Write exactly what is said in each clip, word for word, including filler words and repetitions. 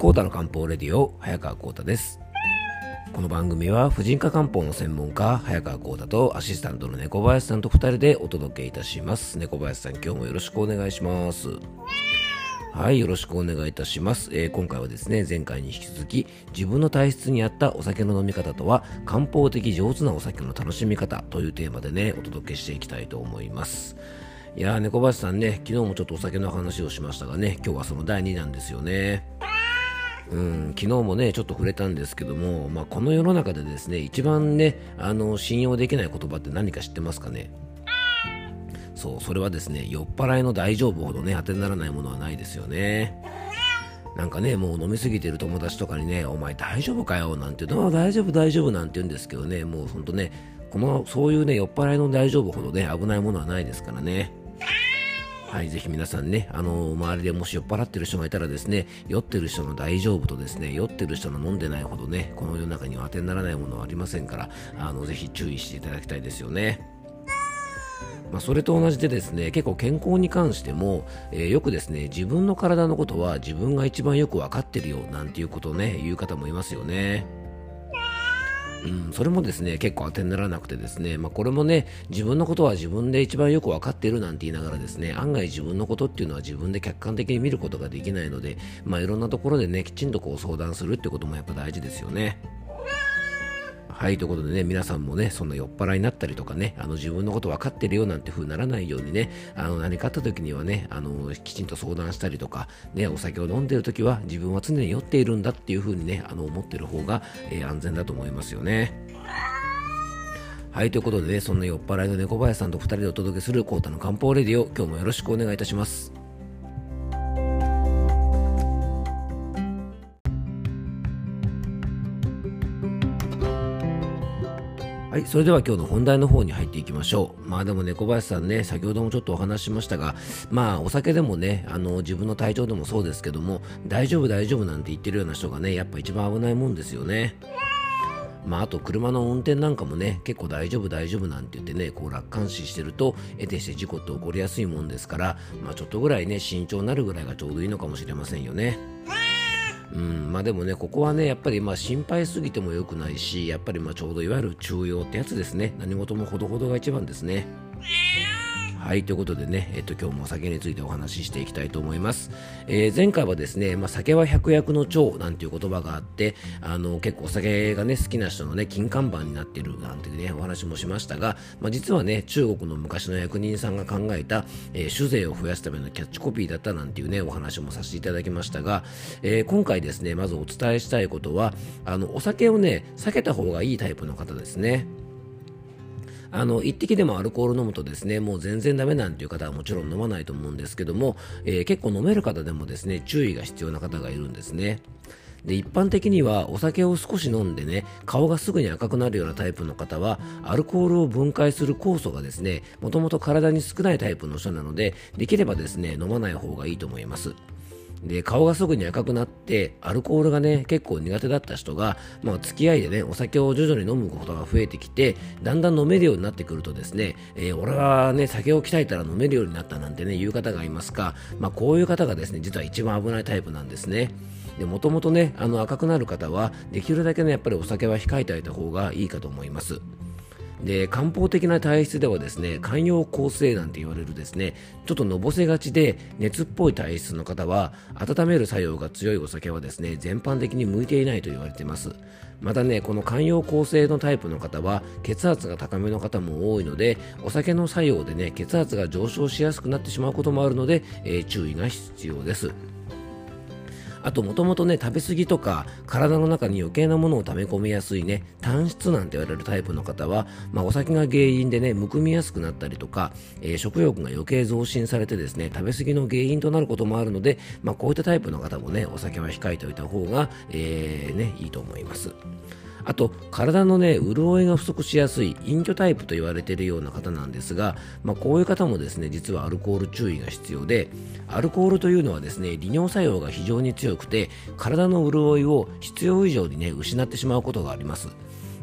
コータの漢方レディオ、早川コータです。この番組は婦人科漢方の専門家早川コータとアシスタントの猫林さんとふたりでお届けいたします。猫林さん、今日もよろしくお願いします。はい、よろしくお願いいたします。えー、今回はですね、前回に引き続き自分の体質に合ったお酒の飲み方とは漢方的上手なお酒の楽しみ方というテーマでね、お届けしていきたいと思います。いやー、猫林さんね、昨日もちょっとお酒の話をしましたがね、今日はそのだいになんですよね。うん、昨日もねちょっと触れたんですけども、まあ、この世の中でですね一番ねあの信用できない言葉って何か知ってますかね。そう、それはですね、酔っ払いの大丈夫ほどね当てにならないものはないですよね。なんかね、もう飲みすぎてる友達とかにね、お前大丈夫かよなんて言うと、あ大丈夫大丈夫なんて言うんですけどね、もうほんとね、このそういうね酔っ払いの大丈夫ほどね危ないものはないですからね。はい、ぜひ皆さんね、あのー、周りでもし酔っ払ってる人がいたらですね、酔ってる人の大丈夫とですね、酔ってる人の飲んでないほどね、この世の中には当てにならないものはありませんから、あのぜひ注意していただきたいですよね。まあ、それと同じでですね、結構健康に関しても、えー、よくですね、自分の体のことは自分が一番よく分かってるよなんていうことをね、言う方もいますよね。うん、それもですね結構当てにならなくてですね、まあ、これもね自分のことは自分で一番よく分かっているなんて言いながらですね、案外自分のことっていうのは自分で客観的に見ることができないので、まあ、いろんなところでねきちんとこう相談するってこともやっぱ大事ですよね。はい、ということでね、皆さんもねそんな酔っ払いになったりとかね、あの自分のこと分かってるよなんて風にならないようにね、あの何かあった時にはね、あのきちんと相談したりとかね、お酒を飲んでる時は自分は常に酔っているんだっていう風にね、あの思ってる方が、えー、安全だと思いますよね。はい、ということでね、そんな酔っ払いの猫林さんとふたりでお届けするコータの漢方レディオ、今日もよろしくお願いいたします。はい、それでは今日の本題の方に入っていきましょう。まあでも猫林さんね、先ほどもちょっとお話ししましたが、まあお酒でもね、あの自分の体調でもそうですけども、大丈夫大丈夫なんて言ってるような人がね、やっぱ一番危ないもんですよね。まあ、あと車の運転なんかもね、結構大丈夫大丈夫なんて言ってね、こう楽観視してると得てして事故って起こりやすいもんですから、まあ、ちょっとぐらいね慎重になるぐらいがちょうどいいのかもしれませんよね。うん、まあでもね、ここはねやっぱりまあ心配すぎても良くないし、やっぱりまあちょうどいわゆる中庸ってやつですね。何事もほどほどが一番ですね。はい、ということでね、えっと、今日もお酒についてお話ししていきたいと思います。えー、前回はですね、まあ、酒は百薬の長なんていう言葉があって、あの結構お酒がね好きな人のね金看板になっているなんていうねお話もしましたが、まあ、実はね中国の昔の役人さんが考えた、えー、酒税を増やすためのキャッチコピーだったなんていうねお話もさせていただきましたが、えー、今回ですねまずお伝えしたいことは、あのお酒をね避けた方がいいタイプの方ですね。あの一滴でもアルコール飲むとですねもう全然ダメなんていう方はもちろん飲まないと思うんですけども、えー、結構飲める方でもですね注意が必要な方がいるんですね。で一般的にはお酒を少し飲んでね顔がすぐに赤くなるようなタイプの方はアルコールを分解する酵素がですねもともと体に少ないタイプの人なので、できればですね飲まない方がいいと思います。で顔がすぐに赤くなってアルコールがね結構苦手だった人が、まあ、付き合いでねお酒を徐々に飲むことが増えてきて、だんだん飲めるようになってくるとですね、えー、俺はね酒を鍛えたら飲めるようになったなんてね言う方がいますが、まあ、こういう方がですね実は一番危ないタイプなんですね。でもともとねあの赤くなる方はできるだけねやっぱりお酒は控えておいた方がいいかと思います。で漢方的な体質ではですね肝陽構成なんて言われるですねちょっとのぼせがちで熱っぽい体質の方は温める作用が強いお酒はですね全般的に向いていないと言われています。またねこの肝陽構成のタイプの方は血圧が高めの方も多いので、お酒の作用でね血圧が上昇しやすくなってしまうこともあるので、えー、注意が必要です。あともともとね食べ過ぎとか体の中に余計なものを溜め込みやすいね単質なんて言われるタイプの方は、まあ、お酒が原因でねむくみやすくなったりとか、えー、食欲が余計増進されてですね食べ過ぎの原因となることもあるので、まあ、こういったタイプの方もねお酒は控えておいた方が、えーね、いいと思います。あと体のね潤いが不足しやすい陰虚タイプと言われているような方なんですが、まあ、こういう方もですね実はアルコール注意が必要で、アルコールというのはですね利尿作用が非常に強くて体の潤いを必要以上にね失ってしまうことがあります。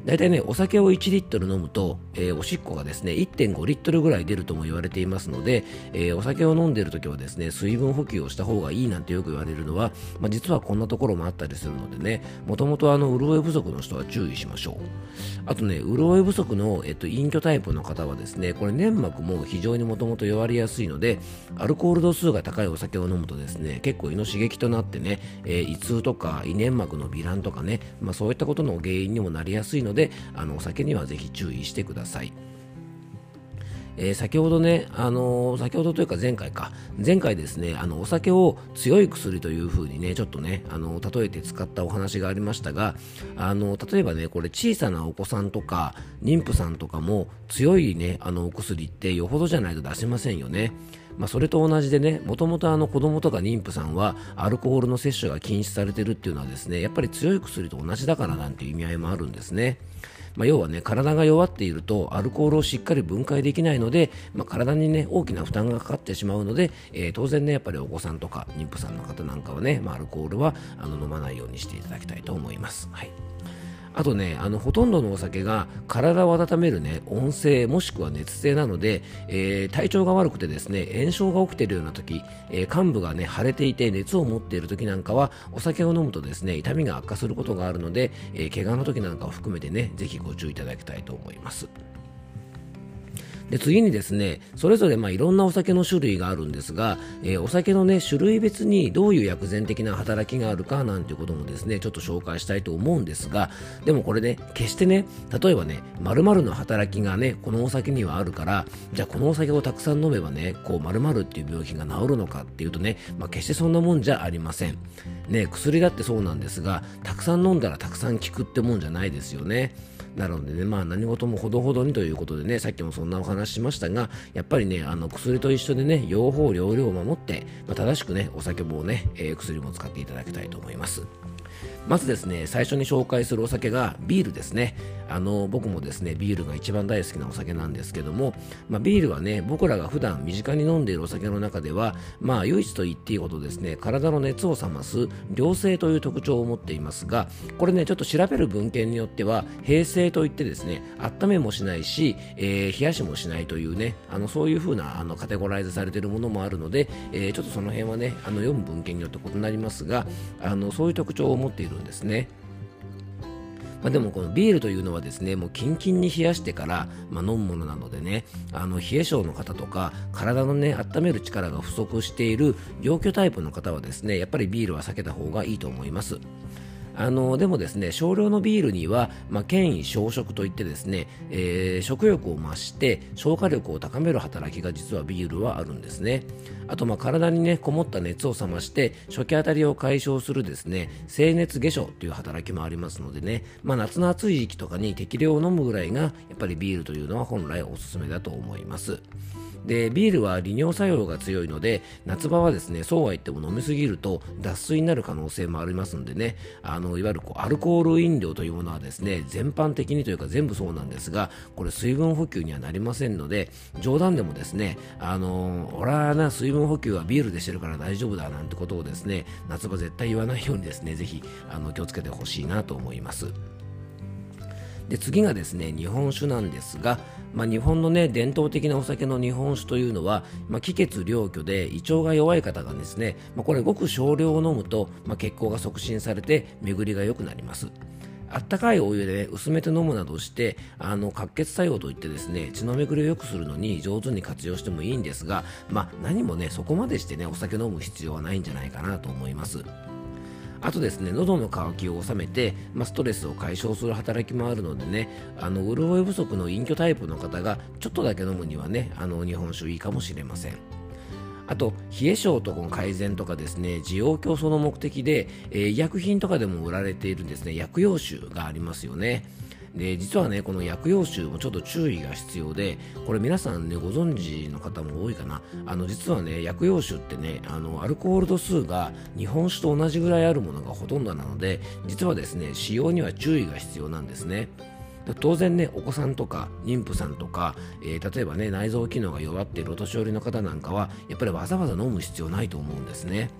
だいたいねお酒をいちリットル飲むと、えー、おしっこがですね いってんごリットルぐらい出るとも言われていますので、えー、お酒を飲んでいるときはですね水分補給をした方がいいなんてよく言われるのは、まあ、実はこんなところもあったりするのでね、もともとあの潤い不足の人は注意しましょう。あとね潤い不足の、えっと、隠居タイプの方はですね、これ粘膜も非常にもともと弱りやすいので、アルコール度数が高いお酒を飲むとですね結構胃の刺激となってね、えー、胃痛とか胃粘膜の糜爛とかね、まあ、そういったことの原因にもなりやすいので、あのお酒にはぜひ注意してください。えー、先ほどね、あのー、先ほどというか前回か前回ですね、あのお酒を強い薬という風にねちょっとね、あのー、例えて使ったお話がありましたが、あのー、例えばねこれ小さなお子さんとか妊婦さんとかも強いねあのお薬ってよほどじゃないと出せませんよね。まあ、それと同じでね、もともとあの子供とか妊婦さんはアルコールの摂取が禁止されているっていうのはですね、やっぱり強い薬と同じだからなんていう意味合いもあるんですね。まあ、要はね体が弱っているとアルコールをしっかり分解できないので、まあ、体にね大きな負担がかかってしまうので、えー、当然ねやっぱりお子さんとか妊婦さんの方なんかはね、まあ、アルコールはあの飲まないようにしていただきたいと思います。はい。あとね、あのほとんどのお酒が体を温めるね温性もしくは熱性なので、えー、体調が悪くてですね炎症が起きているような時、えー、患部がね腫れていて熱を持っている時なんかはお酒を飲むとですね痛みが悪化することがあるので、えー、怪我の時なんかを含めてねぜひご注意いただきたいと思います。で次にですね、それぞれまあいろんなお酒の種類があるんですが、えー、お酒のね種類別にどういう薬膳的な働きがあるかなんていうこともですねちょっと紹介したいと思うんですが、でもこれね決してね例えばね〇〇の働きがねこのお酒にはあるから、じゃあこのお酒をたくさん飲めばねこう〇〇っていう病気が治るのかっていうとね、まあ、決してそんなもんじゃありませんね。薬だってそうなんですが、たくさん飲んだらたくさん効くってもんじゃないですよね。なのでね、まあ何事もほどほどにということでね、さっきもそんなお話しましたが、やっぱりね、あの薬と一緒でね、用法用量を守って、まあ、正しくね、お酒もね、えー、薬も使っていただきたいと思います。まずですね、最初に紹介するお酒がビールですね。あの僕もですねビールが一番大好きなお酒なんですけども、まあ、ビールはね僕らが普段身近に飲んでいるお酒の中ではまあ唯一と言っていいほどですね体の熱を冷ます涼性という特徴を持っていますが、これねちょっと調べる文献によっては平性といってですね温めもしないし、えー、冷やしもしないというねあのそういう風なあのカテゴライズされているものもあるので、えー、ちょっとその辺はねあの読む文献によって異なりますが、あのそういう特徴を持っているんですね。まあ、でもこのビールというのはですねもうキンキンに冷やしてから、まあ、飲むものなのでね、あの冷え性の方とか体のね温める力が不足している陽虚タイプの方はですねやっぱりビールは避けた方がいいと思います。あのでもですね少量のビールには、まあ、権威小食といってですね、えー、食欲を増して消化力を高める働きが実はビールはあるんですね。あとまあ体にねこもった熱を冷まして初期あたりを解消するですね清熱下暑という働きもありますのでね、まあ、夏の暑い時期とかに適量を飲むぐらいがやっぱりビールというのは本来おすすめだと思います。でビールは利尿作用が強いので夏場はですねそうは言っても飲みすぎると脱水になる可能性もありますのでね、あのいわゆるこうアルコール飲料というものはですね全般的にというか全部そうなんですが、これ水分補給にはなりませんので、冗談でもですねあの俺はな水分補給はビールでしてるから大丈夫だなんてことをですね夏場絶対言わないようにですねぜひあの気をつけてほしいなと思います。で次がですね日本酒なんですが、まあ、日本のね伝統的なお酒の日本酒というのは、まあ、気血両虚で胃腸が弱い方がですね、まあ、これごく少量を飲むと、まあ、血行が促進されて巡りが良くなります。あったかいお湯で、ね、薄めて飲むなどしてあの滑血作用といってですね血の巡りを良くするのに上手に活用してもいいんですが、まあ、何もねそこまでしてねお酒飲む必要はないんじゃないかなと思います。あとですね喉の渇きを収めて、まあ、ストレスを解消する働きもあるのでね、あの潤い不足の隠居タイプの方がちょっとだけ飲むにはねあの日本酒いいかもしれません。あと冷え性との改善とかですね滋養強その目的で、えー、医薬品とかでも売られているですね薬用酒がありますよね。で実はねこの薬用酒もちょっと注意が必要で、これ皆さんねご存知の方も多いかな。あの実はね薬用酒ってねあのアルコール度数が日本酒と同じぐらいあるものがほとんどなので、実はですね使用には注意が必要なんですね。当然ねお子さんとか妊婦さんとか、えー、例えばね内臓機能が弱っているお年寄りの方なんかはやっぱりわざわざ飲む必要ないと思うんですね。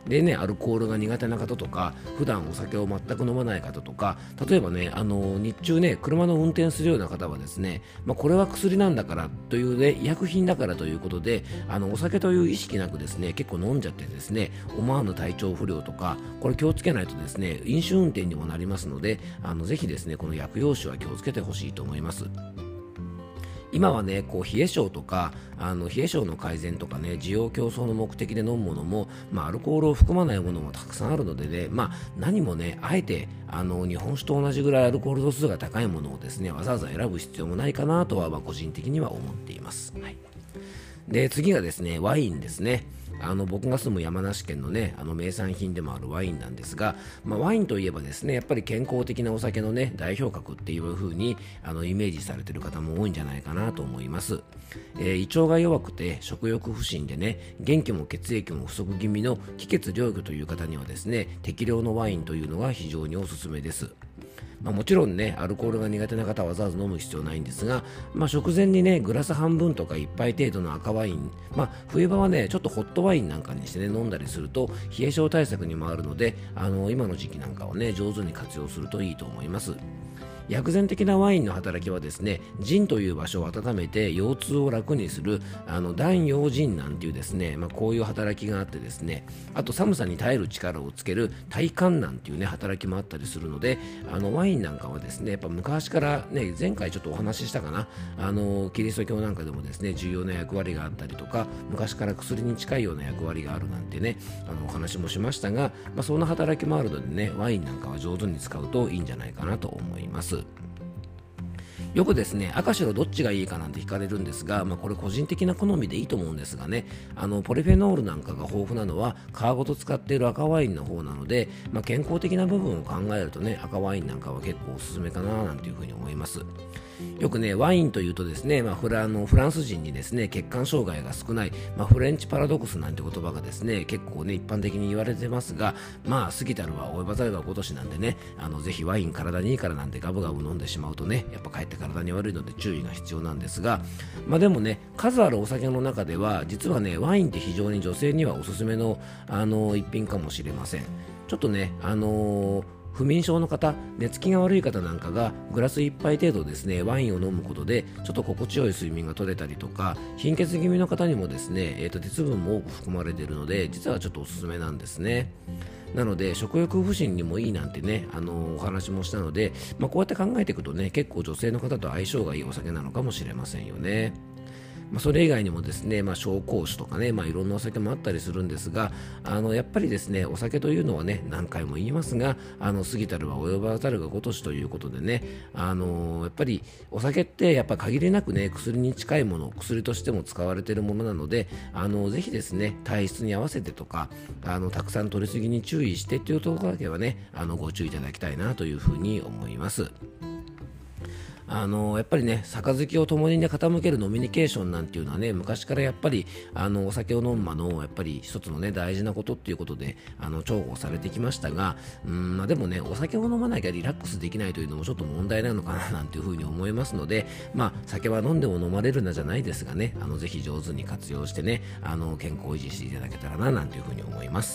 でね、アルコールが苦手な方とか、普段お酒を全く飲まない方とか、例えばね、あの日中ね、車の運転するような方はですね、まあ、これは薬なんだからというね、医薬品だからということで、あのお酒という意識なくですね、結構飲んじゃってですね、思わぬ体調不良とか、これ気をつけないとですね、飲酒運転にもなりますので、あのぜひですね、この薬用酒は気をつけてほしいと思います。今はね、こう冷え性とか、あの冷え性の改善とかね、需要競争の目的で飲むものも、まあ、アルコールを含まないものもたくさんあるのでね、まあ、何もね、あえてあの日本酒と同じぐらいアルコール度数が高いものをですね、わざわざ選ぶ必要もないかなとは、まあ、個人的には思っています。はい、で次がですね、ワインですね。あの僕が住む山梨県のね、あの名産品でもあるワインなんですが、まあ、ワインといえばですね、やっぱり健康的なお酒のね、代表格っていう風にあのイメージされている方も多いんじゃないかなと思います。えー、胃腸が弱くて食欲不振でね、元気も血液も不足気味の気血両虚という方にはですね、適量のワインというのが非常におすすめです。まあ、もちろんね、アルコールが苦手な方はわざわざ飲む必要ないんですが、まあ、食前にね、グラス半分とかいっぱい程度の赤ワイン、まあ、冬場はね、ちょっとホットワインなんかにしてね、飲んだりすると冷え性対策にもあるので、あの今の時期なんかはね、上手に活用するといいと思います。薬膳的なワインの働きはですね、腎という場所を温めて腰痛を楽にするあの暖陽腎なんていうですね、まあ、こういう働きがあってですね、あと寒さに耐える力をつける体寒なんていうね、働きもあったりするので、あのワインなんかはですね、やっぱ昔からね、前回ちょっとお話ししたかな、あのキリスト教なんかでもですね、重要な役割があったりとか、昔から薬に近いような役割があるなんてね、あのお話もしましたが、まあ、そんな働きもあるのでね、ワインなんかは上手に使うといいんじゃないかなと思います。よくですね、赤白どっちがいいかなんて聞かれるんですが、まあ、これ個人的な好みでいいと思うんですがね、あのポリフェノールなんかが豊富なのは皮ごと使っている赤ワインの方なので、まあ、健康的な部分を考えるとね、赤ワインなんかは結構おすすめかななんていうふうに思います。よくね、ワインというとですね、まあ、フラあのフランス人にですね、血管障害が少ない、まあ、フレンチパラドクスなんて言葉がですね、結構ね、一般的に言われてますが、まあ過ぎたるは及ばざるが如しなんでね、あのぜひワイン体にいいからなんてガブガブ飲んでしまうとね、やっぱかえって体に悪いので注意が必要なんですが、まあでもね、数あるお酒の中では実はね、ワインって非常に女性にはおすすめのあの一品かもしれません。ちょっとね、あのー不眠症の方、寝つきが悪い方なんかがグラスいっぱい程度ですね、ワインを飲むことでちょっと心地よい睡眠が取れたりとか、貧血気味の方にもですね、えーと鉄分も多く含まれているので、実はちょっとおすすめなんですね。なので食欲不振にもいいなんてね、あのーお話もしたので、まあ、こうやって考えていくとね、結構女性の方と相性がいいお酒なのかもしれませんよね。まあ、それ以外にもですね、まあ、紹興酒とかね、まあ、いろんなお酒もあったりするんですが、あのやっぱりですね、お酒というのはね、何回も言いますが、あの過ぎたるは及ばざるが如しということでね、あのやっぱりお酒ってやっぱ限りなくね、薬に近いもの、薬としても使われているものなので、あのぜひですね、体質に合わせてとか、あのたくさん取りすぎに注意してというところだけはね、あのご注意いただきたいなというふうに思います。あのやっぱりね、杯を共にね、傾けるノミニケーションなんていうのはね、昔からやっぱりあのお酒を飲む間のやっぱり一つのね、大事なことっていうことであの重宝されてきましたが、うん、まあ、でもね、お酒を飲まなきゃリラックスできないというのもちょっと問題なのかななんていうふうに思いますので、まあ酒は飲んでも飲まれるなじゃないですがね、あのぜひ上手に活用してね、あの健康を維持していただけたらななんていうふうに思います。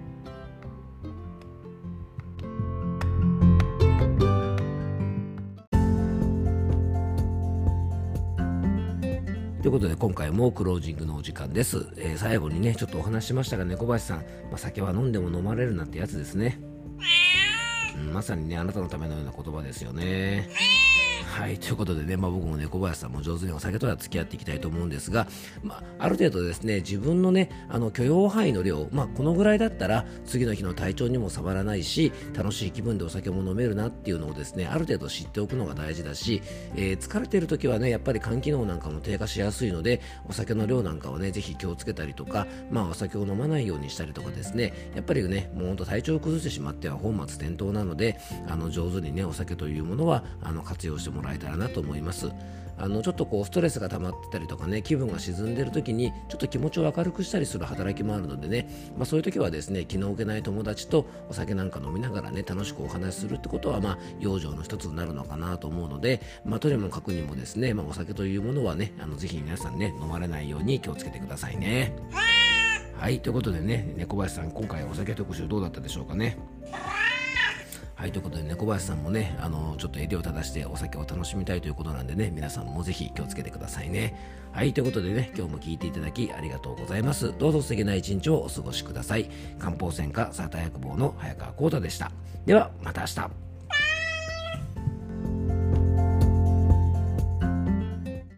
ということで今回もクロージングのお時間です。えー最後にね、ちょっとお話ししましたが、猫林さん、まあ、酒は飲んでも飲まれるなってやつですね。うん、まさにね、あなたのためのような言葉ですよね。はい、ということでね、まあ、僕も猫林さんも上手にお酒とは付き合っていきたいと思うんですが、まあ、ある程度ですね、自分のね、あの許容範囲の量、まあ、このぐらいだったら次の日の体調にも触らないし、楽しい気分でお酒も飲めるなっていうのをですね、ある程度知っておくのが大事だし、えー疲れている時はね、やっぱり肝機能なんかも低下しやすいので、お酒の量なんかはね、ぜひ気をつけたりとか、まあ、お酒を飲まないようにしたりとかですね、やっぱりね、もうほんと体調を崩してしまっては本末転倒なので、あの上手にね、お酒というものはあの活用してもらえたらなと思います。あのちょっとこうストレスが溜まってたりとかね、気分が沈んでる時にちょっと気持ちを明るくしたりする働きもあるのでね、まあ、そういう時はですね、気の置けない友達とお酒なんか飲みながらね、楽しくお話しするってことは、まあ養生の一つになるのかなと思うので、まあ、とにもかくにもですね、まあ、お酒というものはね、あのぜひ皆さんね、飲まれないように気をつけてくださいね。 はい、ということでね、猫林さん、今回お酒特集どうだったでしょうかね。はい、ということで猫林さんもね、あのちょっと襟を正してお酒を楽しみたいということなんでね、皆さんもぜひ気をつけてくださいね。はい、ということでね、今日も聞いていただきありがとうございます。どうぞ素敵な一日をお過ごしください。漢方専科サーター薬房の早川浩太でした。ではまた明日。